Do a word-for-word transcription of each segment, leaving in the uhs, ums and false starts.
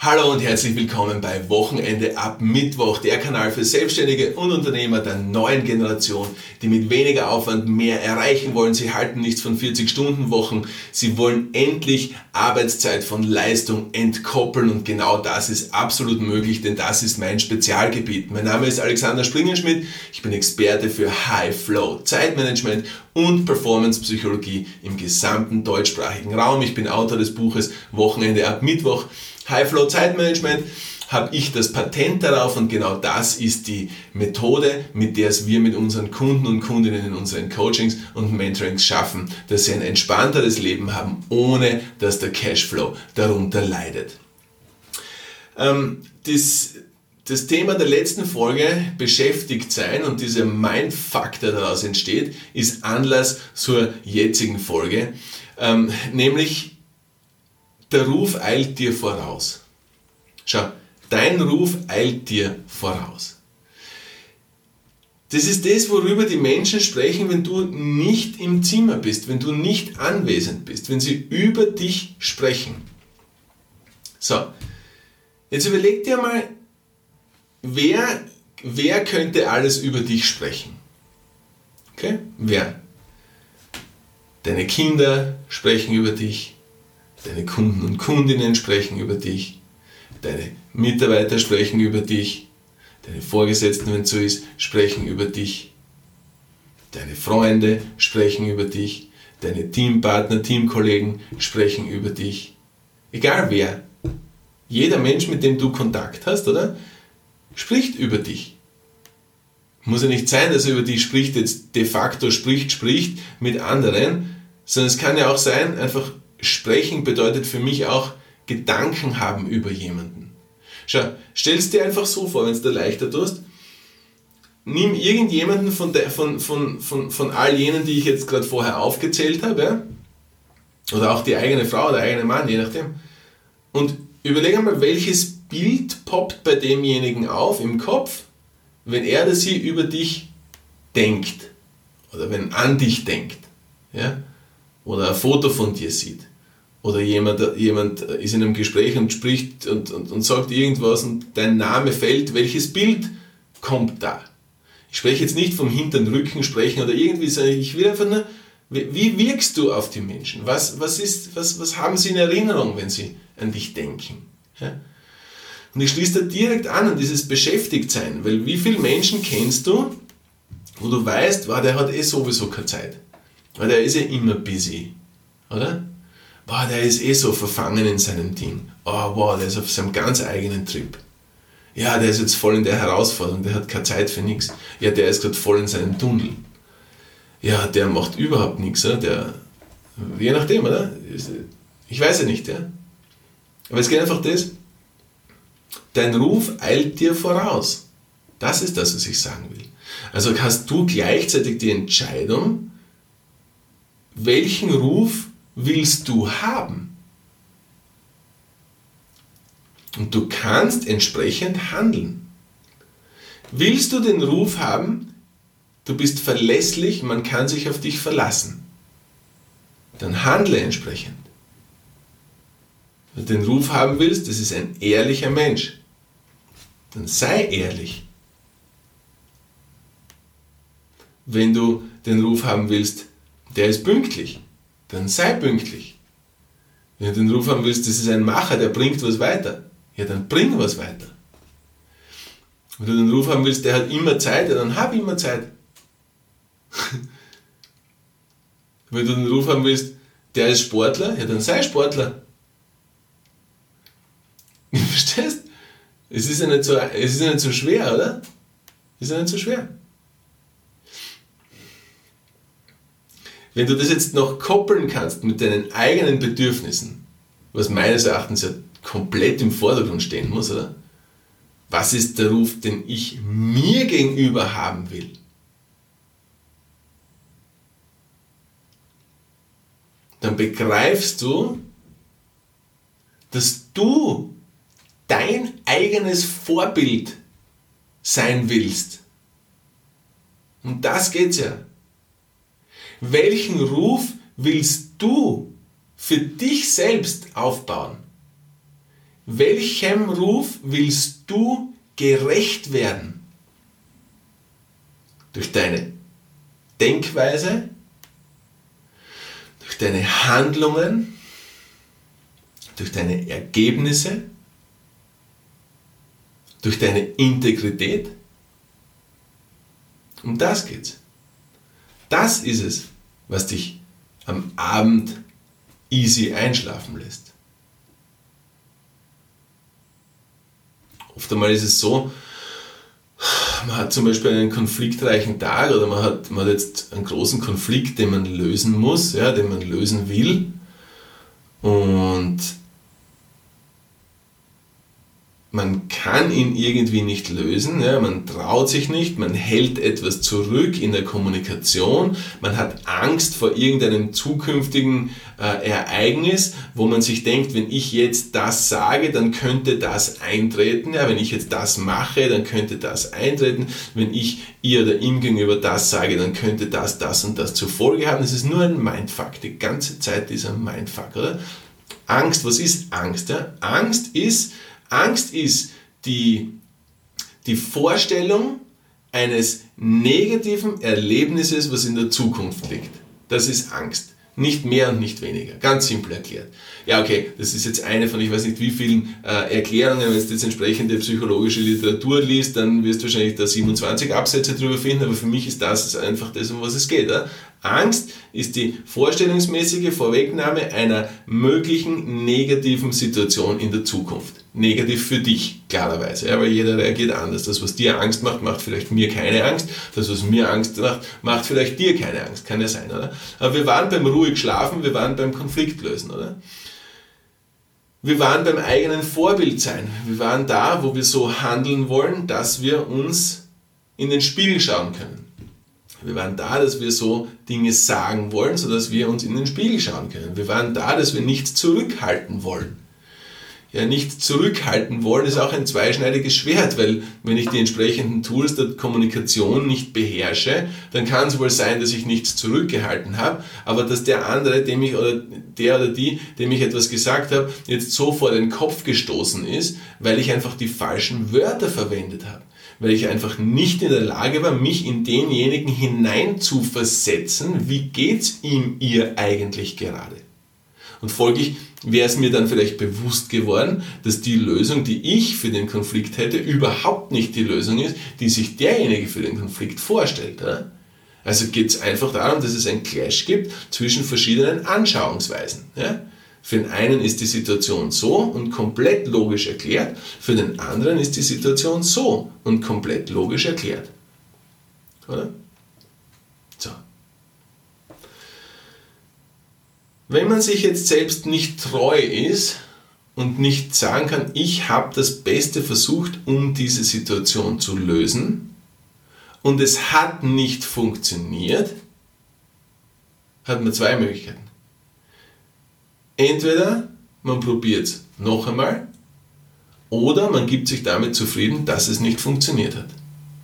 Hallo und herzlich willkommen bei Wochenende ab Mittwoch, der Kanal für Selbstständige und Unternehmer der neuen Generation, die mit weniger Aufwand mehr erreichen wollen. Sie halten nichts von vierzig-Stunden-Wochen, sie wollen endlich Arbeitszeit von Leistung entkoppeln und genau das ist absolut möglich, denn das ist mein Spezialgebiet. Mein Name ist Alexander Springerschmidt, ich bin Experte für High Flow, Zeitmanagement und Performance-Psychologie im gesamten deutschsprachigen Raum. Ich bin Autor des Buches Wochenende ab Mittwoch. High Flow Zeitmanagement, habe ich das Patent darauf und genau das ist die Methode, mit der es wir mit unseren Kunden und Kundinnen in unseren Coachings und Mentorings schaffen, dass sie ein entspannteres Leben haben, ohne dass der Cashflow darunter leidet. Ähm, das, das Thema der letzten Folge, beschäftigt sein und dieser Mindfuck, der daraus entsteht, ist Anlass zur jetzigen Folge, ähm, nämlich der Ruf eilt dir voraus. Schau, dein Ruf eilt dir voraus. Das ist das, worüber die Menschen sprechen, wenn du nicht im Zimmer bist, wenn du nicht anwesend bist, wenn sie über dich sprechen. So, jetzt überleg dir mal, wer, wer könnte alles über dich sprechen? Okay? Wer? Deine Kinder sprechen über dich. Deine Kunden und Kundinnen sprechen über dich, deine Mitarbeiter sprechen über dich, deine Vorgesetzten, wenn es so ist, sprechen über dich, deine Freunde sprechen über dich, deine Teampartner, Teamkollegen sprechen über dich. Egal wer, jeder Mensch, mit dem du Kontakt hast, oder, spricht über dich. Muss ja nicht sein, dass er über dich spricht, jetzt de facto spricht, spricht mit anderen, sondern es kann ja auch sein, einfach sprechen bedeutet für mich auch Gedanken haben über jemanden. Schau, stell dir einfach so vor, wenn es dir leichter tust, nimm irgendjemanden von, der, von, von, von, von all jenen, die ich jetzt gerade vorher aufgezählt habe, ja? Oder auch die eigene Frau oder der eigene Mann, je nachdem, und überleg einmal, welches Bild poppt bei demjenigen auf im Kopf, wenn er oder sie über dich denkt oder wenn an dich denkt, ja? Oder ein Foto von dir sieht. Oder jemand, jemand ist in einem Gespräch und spricht und, und, und sagt irgendwas und dein Name fällt, welches Bild kommt da? Ich spreche jetzt nicht vom Hintern, Rücken sprechen oder irgendwie, sondern ich will einfach nur, wie wirkst du auf die Menschen? Was, was, ist, was, was haben sie in Erinnerung, wenn sie an dich denken? Ja? Und ich schließe da direkt an an dieses Beschäftigtsein, weil wie viele Menschen kennst du, wo du weißt, wow, der hat eh sowieso keine Zeit, weil der ist ja immer busy, oder? Boah, der ist eh so verfangen in seinem Ding. Oh, wow, der ist auf seinem ganz eigenen Trip. Ja, der ist jetzt voll in der Herausforderung, der hat keine Zeit für nichts. Ja, der ist gerade voll in seinem Tunnel. Ja, der macht überhaupt nichts, oder? Der, je nachdem, oder? Ich weiß ja nicht, ja. Aber es geht einfach das, dein Ruf eilt dir voraus. Das ist das, was ich sagen will. Also hast du gleichzeitig die Entscheidung, welchen Ruf willst du haben? Und du kannst entsprechend handeln. Willst du den Ruf haben, du bist verlässlich, man kann sich auf dich verlassen, dann handle entsprechend. Wenn du den Ruf haben willst, das ist ein ehrlicher Mensch, dann sei ehrlich. Wenn du den Ruf haben willst, der ist pünktlich, dann sei pünktlich. Wenn du den Ruf haben willst, das ist ein Macher, der bringt was weiter, ja, dann bring was weiter. Wenn du den Ruf haben willst, der hat immer Zeit, ja, dann hab immer Zeit. Wenn du den Ruf haben willst, der ist Sportler, ja, dann sei Sportler. Du verstehst? Es ist ja nicht so, es ist ja nicht so schwer, oder? Es ist ja nicht so schwer. Wenn du das jetzt noch koppeln kannst mit deinen eigenen Bedürfnissen, was meines Erachtens ja komplett im Vordergrund stehen muss, oder? Was ist der Ruf, den ich mir gegenüber haben will? Dann begreifst du, dass du dein eigenes Vorbild sein willst. Um das geht's ja. Welchen Ruf willst du für dich selbst aufbauen? welchem Ruf willst du gerecht werden? Durch deine Denkweise, durch deine Handlungen, durch deine Ergebnisse, durch deine Integrität? Um das geht's. Das ist es, was dich am Abend easy einschlafen lässt. Oft einmal ist es so, man hat zum Beispiel einen konfliktreichen Tag oder man hat, man hat jetzt einen großen Konflikt, den man lösen muss, ja, den man lösen will, und man kann ihn irgendwie nicht lösen, ja, man traut sich nicht, man hält etwas zurück in der Kommunikation, man hat Angst vor irgendeinem zukünftigen äh, Ereignis, wo man sich denkt, wenn ich jetzt das sage, dann könnte das eintreten, ja, wenn ich jetzt das mache, dann könnte das eintreten, wenn ich ihr oder ihm gegenüber das sage, dann könnte das, das und das zur Folge haben. Es ist nur ein Mindfuck, die ganze Zeit dieser Mindfuck, oder? Angst, was ist Angst? Ja? Angst ist, Angst ist die, die Vorstellung eines negativen Erlebnisses, was in der Zukunft liegt. Das ist Angst. Nicht mehr und nicht weniger. Ganz simpel erklärt. Ja, okay, das ist jetzt eine von ich weiß nicht wie vielen äh, Erklärungen. Wenn du jetzt entsprechende psychologische Literatur liest, dann wirst du wahrscheinlich da siebenundzwanzig Absätze drüber finden, aber für mich ist das einfach das, um was es geht. Oder? Angst ist die vorstellungsmäßige Vorwegnahme einer möglichen negativen Situation in der Zukunft. Negativ für dich, klarerweise, ja, weil jeder reagiert anders. Das, was dir Angst macht, macht vielleicht mir keine Angst. Das, was mir Angst macht, macht vielleicht dir keine Angst. Kann ja sein, oder? Aber wir waren beim ruhig schlafen, wir waren beim Konfliktlösen, oder? Wir waren beim eigenen Vorbild sein. Wir waren da, wo wir so handeln wollen, dass wir uns in den Spiegel schauen können. Wir waren da, dass wir so Dinge sagen wollen, sodass wir uns in den Spiegel schauen können. Wir waren da, dass wir nichts zurückhalten wollen. Ja, nichts zurückhalten wollen ist auch ein zweischneidiges Schwert, weil wenn ich die entsprechenden Tools der Kommunikation nicht beherrsche, dann kann es wohl sein, dass ich nichts zurückgehalten habe, aber dass der andere, dem ich, oder der oder die, dem ich etwas gesagt habe, jetzt so vor den Kopf gestoßen ist, weil ich einfach die falschen Wörter verwendet habe. Weil ich einfach nicht in der Lage war, mich in denjenigen hinein zu versetzen, wie geht's ihm, ihr eigentlich gerade. Und folglich wäre es mir dann vielleicht bewusst geworden, dass die Lösung, die ich für den Konflikt hätte, überhaupt nicht die Lösung ist, die sich derjenige für den Konflikt vorstellt. Oder? Also geht es einfach darum, dass es einen Clash gibt zwischen verschiedenen Anschauungsweisen. Ja? Für den einen ist die Situation so und komplett logisch erklärt, für den anderen ist die Situation so und komplett logisch erklärt. Oder? So. Wenn man sich jetzt selbst nicht treu ist und nicht sagen kann, ich habe das Beste versucht, um diese Situation zu lösen und es hat nicht funktioniert, hat man zwei Möglichkeiten. Entweder man probiert es noch einmal oder man gibt sich damit zufrieden, dass es nicht funktioniert hat.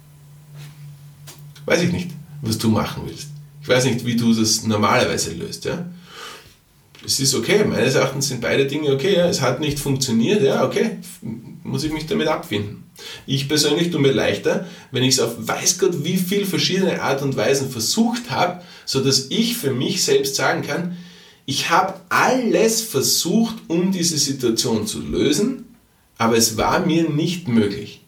Weiß ich nicht, was du machen willst. Ich weiß nicht, wie du das normalerweise löst. Ja? Es ist okay, meines Erachtens sind beide Dinge okay. Ja? Es hat nicht funktioniert, ja, okay, muss ich mich damit abfinden. Ich persönlich tue mir leichter, wenn ich es auf weiß Gott wie viel verschiedene Art und Weisen versucht habe, sodass ich für mich selbst sagen kann, ich habe alles versucht, um diese Situation zu lösen, aber es war mir nicht möglich.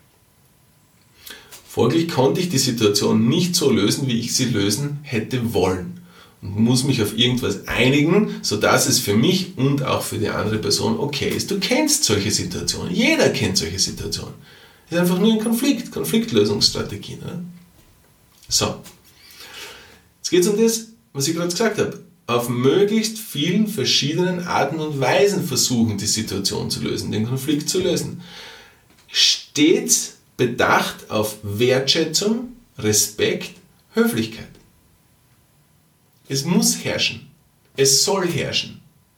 Folglich konnte ich die Situation nicht so lösen, wie ich sie lösen hätte wollen. Und muss mich auf irgendwas einigen, sodass es für mich und auch für die andere Person okay ist. Du kennst solche Situationen. Jeder kennt solche Situationen. Es ist einfach nur ein Konflikt, Konfliktlösungsstrategien. Oder? So. Jetzt geht es um das, was ich gerade gesagt habe. Auf möglichst vielen verschiedenen Arten und Weisen versuchen, die Situation zu lösen, den Konflikt zu lösen. Stets bedacht auf Wertschätzung, Respekt, Höflichkeit. Es muss herrschen. Es soll herrschen.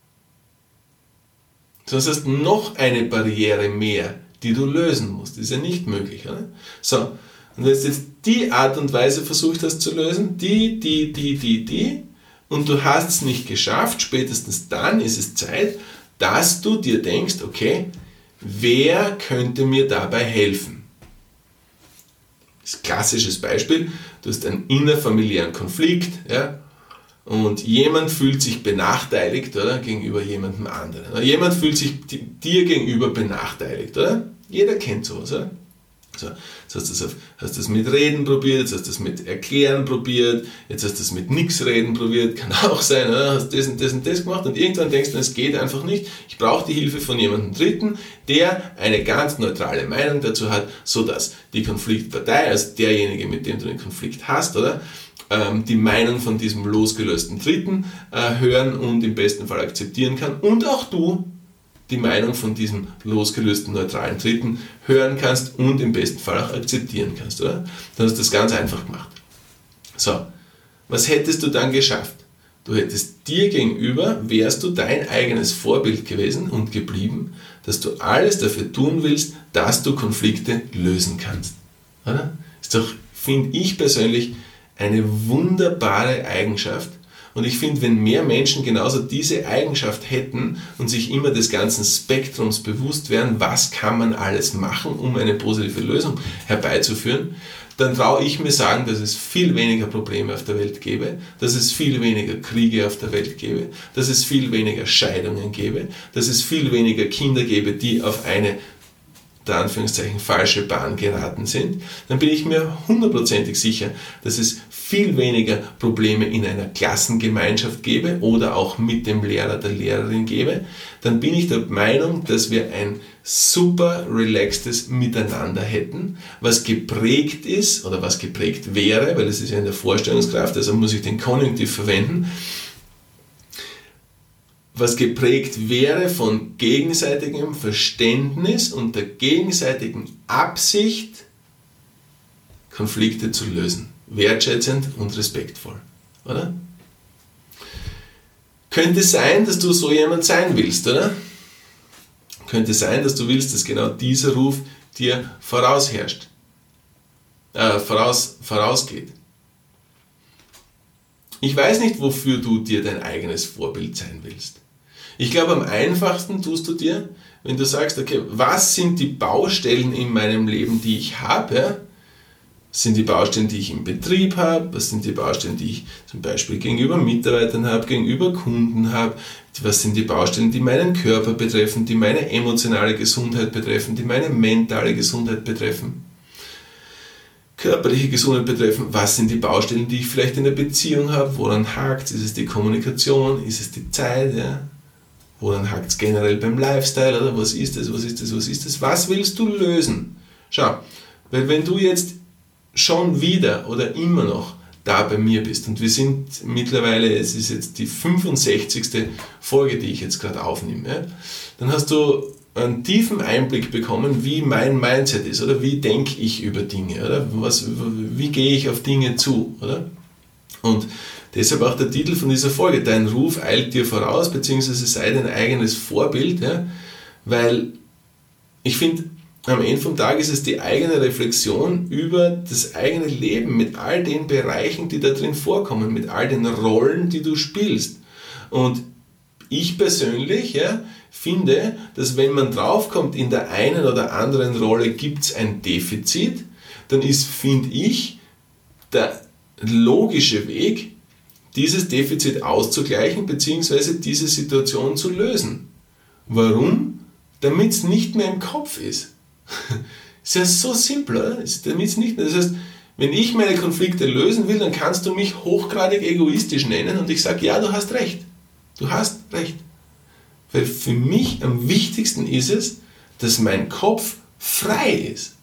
Sonst hast du noch eine Barriere mehr, die du lösen musst. Das ist ja nicht möglich. Oder? So, und wenn du jetzt die Art und Weise versucht hast zu lösen, die, die, die, die, die, und du hast es nicht geschafft, spätestens dann ist es Zeit, dass du dir denkst, okay, wer könnte mir dabei helfen? Das ist ein klassisches Beispiel, du hast einen innerfamiliären Konflikt, ja, und jemand fühlt sich benachteiligt, oder, gegenüber jemandem anderen. Oder jemand fühlt sich dir gegenüber benachteiligt, oder? Jeder kennt sowas, oder? So, jetzt hast du das, hast das mit Reden probiert, jetzt hast du das mit Erklären probiert, jetzt hast du das mit nix Reden probiert, kann auch sein, oder? Hast das und das und das gemacht und irgendwann denkst du, es geht einfach nicht, ich brauche die Hilfe von jemandem Dritten, der eine ganz neutrale Meinung dazu hat, sodass die Konfliktpartei, also derjenige, mit dem du den Konflikt hast, oder, ähm, die Meinung von diesem losgelösten Dritten äh, hören und im besten Fall akzeptieren kann und auch du die Meinung von diesem losgelösten neutralen Dritten hören kannst und im besten Fall auch akzeptieren kannst, oder? Dann hast du das ganz einfach gemacht. So, was hättest du dann geschafft? Du hättest dir gegenüber, wärst du dein eigenes Vorbild gewesen und geblieben, dass du alles dafür tun willst, dass du Konflikte lösen kannst. Oder? Ist doch, finde ich persönlich, eine wunderbare Eigenschaft. Und ich finde, wenn mehr Menschen genauso diese Eigenschaft hätten und sich immer des ganzen Spektrums bewusst wären, was kann man alles machen, um eine positive Lösung herbeizuführen, dann traue ich mir sagen, dass es viel weniger Probleme auf der Welt gäbe, dass es viel weniger Kriege auf der Welt gäbe, dass es viel weniger Scheidungen gäbe, dass es viel weniger Kinder gäbe, die auf eine der Anführungszeichen falsche Bahn geraten sind, dann bin ich mir hundertprozentig sicher, dass es viel weniger Probleme in einer Klassengemeinschaft gäbe oder auch mit dem Lehrer, der Lehrerin gäbe. Dann bin ich der Meinung, dass wir ein super relaxtes Miteinander hätten, was geprägt ist oder was geprägt wäre, weil es ist ja in der Vorstellungskraft, also muss ich den Konjunktiv verwenden, was geprägt wäre von gegenseitigem Verständnis und der gegenseitigen Absicht, Konflikte zu lösen. Wertschätzend und respektvoll. Oder? Könnte sein, dass du so jemand sein willst, oder? Könnte sein, dass du willst, dass genau dieser Ruf dir vorausherrscht, äh, voraus, vorausgeht. Ich weiß nicht, wofür du dir dein eigenes Vorbild sein willst. Ich glaube, am einfachsten tust du dir, wenn du sagst, okay, was sind die Baustellen in meinem Leben, die ich habe? Ja? Was sind die Baustellen, die ich im Betrieb habe? Was sind die Baustellen, die ich zum Beispiel gegenüber Mitarbeitern habe, gegenüber Kunden habe? Was sind die Baustellen, die meinen Körper betreffen, die meine emotionale Gesundheit betreffen, die meine mentale Gesundheit betreffen? Körperliche Gesundheit betreffen, was sind die Baustellen, die ich vielleicht in der Beziehung habe, woran hakt es, ist es die Kommunikation, ist es die Zeit, ja? Woran hakt es generell beim Lifestyle, oder was ist es, was ist es, was ist es, was willst du lösen? Schau, weil wenn du jetzt schon wieder oder immer noch da bei mir bist und wir sind mittlerweile, es ist jetzt die fünfundsechzigste Folge, die ich jetzt gerade aufnehme, ja? Dann hast du einen tiefen Einblick bekommen, wie mein Mindset ist, oder wie denke ich über Dinge, oder was, wie gehe ich auf Dinge zu, oder? Und deshalb auch der Titel von dieser Folge, dein Ruf eilt dir voraus, beziehungsweise sei dein eigenes Vorbild, ja? Weil ich finde, am Ende vom Tag ist es die eigene Reflexion über das eigene Leben mit all den Bereichen, die da drin vorkommen, mit all den Rollen, die du spielst. Und ich persönlich, ja, finde, dass wenn man draufkommt, in der einen oder anderen Rolle gibt es ein Defizit, dann ist, finde ich, der logische Weg, dieses Defizit auszugleichen bzw. diese Situation zu lösen. Warum? Damit es nicht mehr im Kopf ist. Ist ja so simpel, oder? Damit es nicht mehr, das heißt, wenn ich meine Konflikte lösen will, dann kannst du mich hochgradig egoistisch nennen und ich sage, ja, du hast recht. Du hast recht. Weil für mich am wichtigsten ist es, dass mein Kopf frei ist.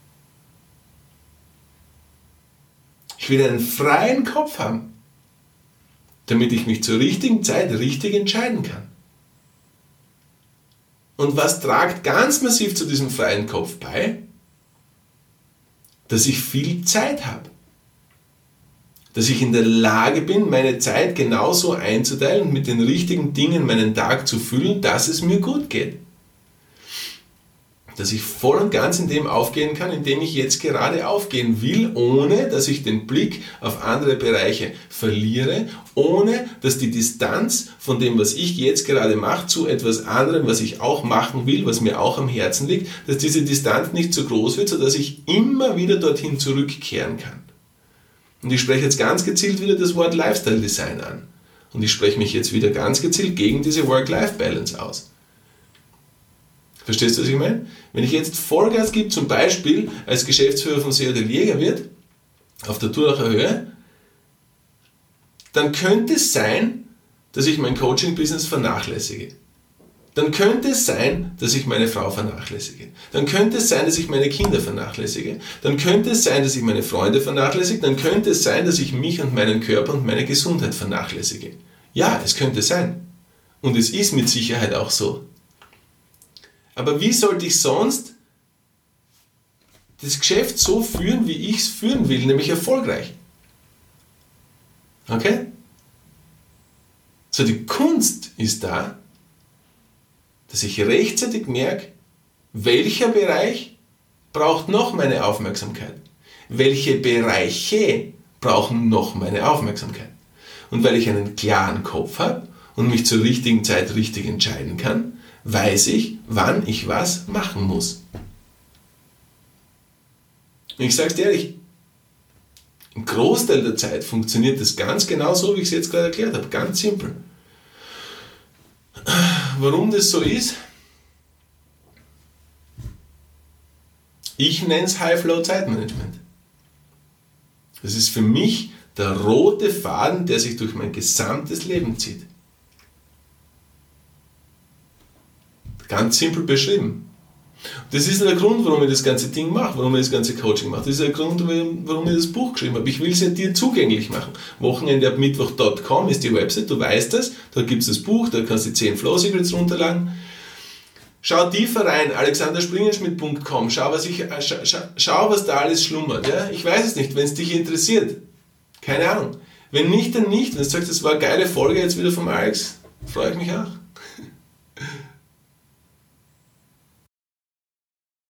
Ich will einen freien Kopf haben, damit ich mich zur richtigen Zeit richtig entscheiden kann. Und was tragt ganz massiv zu diesem freien Kopf bei? Dass ich viel Zeit habe. Dass ich in der Lage bin, meine Zeit genauso einzuteilen und mit den richtigen Dingen meinen Tag zu füllen, dass es mir gut geht. dass ich voll und ganz in dem aufgehen kann, in dem ich jetzt gerade aufgehen will, ohne dass ich den Blick auf andere Bereiche verliere, ohne dass die Distanz von dem, was ich jetzt gerade mache, zu etwas anderem, was ich auch machen will, was mir auch am Herzen liegt, dass diese Distanz nicht so groß wird, sodass ich immer wieder dorthin zurückkehren kann. Und ich spreche jetzt ganz gezielt wieder das Wort Lifestyle Design an. Und ich spreche mich jetzt wieder ganz gezielt gegen diese Work-Life-Balance aus. Verstehst du, was ich meine? Wenn ich jetzt Vollgas gebe, zum Beispiel als Geschäftsführer von Seodel Jägerwirt auf der Turnacher Höhe, dann könnte es sein, dass ich mein Coaching-Business vernachlässige. Dann könnte es sein, dass ich meine Frau vernachlässige. Dann könnte es sein, dass ich meine Kinder vernachlässige. Dann könnte es sein, dass ich meine Freunde vernachlässige. Dann könnte es sein, dass ich mich und meinen Körper und meine Gesundheit vernachlässige. Ja, es könnte sein. Und es ist mit Sicherheit auch so. Aber wie sollte ich sonst das Geschäft so führen, wie ich es führen will, nämlich erfolgreich? Okay? So, die Kunst ist da, dass ich rechtzeitig merke, welcher Bereich braucht noch meine Aufmerksamkeit? Welche Bereiche brauchen noch meine Aufmerksamkeit? Und weil ich einen klaren Kopf habe und mich zur richtigen Zeit richtig entscheiden kann, weiß ich, wann ich was machen muss. Und ich sage es dir ehrlich, im Großteil der Zeit funktioniert das ganz genau so, wie ich es jetzt gerade erklärt habe. Ganz simpel. Warum das so ist? Ich nenne es High-Flow-Zeitmanagement. Das ist für mich der rote Faden, der sich durch mein gesamtes Leben zieht. Ganz simpel beschrieben. Das ist der Grund, warum ich das ganze Ding mache, warum ich das ganze Coaching mache. Das ist der Grund, warum ich das Buch geschrieben habe. Ich will es ja dir zugänglich machen. Wochenende ab Mittwoch Punkt com ist die Website, du weißt das. Da gibt es das Buch, da kannst du die zehn Flow Secrets runterladen. Schau tiefer rein, alexander springenschmidt Punkt com. Schau, was, ich, schau, schau, schau, was da alles schlummert. Ja? Ich weiß es nicht, wenn es dich interessiert. Keine Ahnung. Wenn nicht, dann nicht. Wenn du sagst, das war eine geile Folge jetzt wieder vom Alex, freue ich mich auch.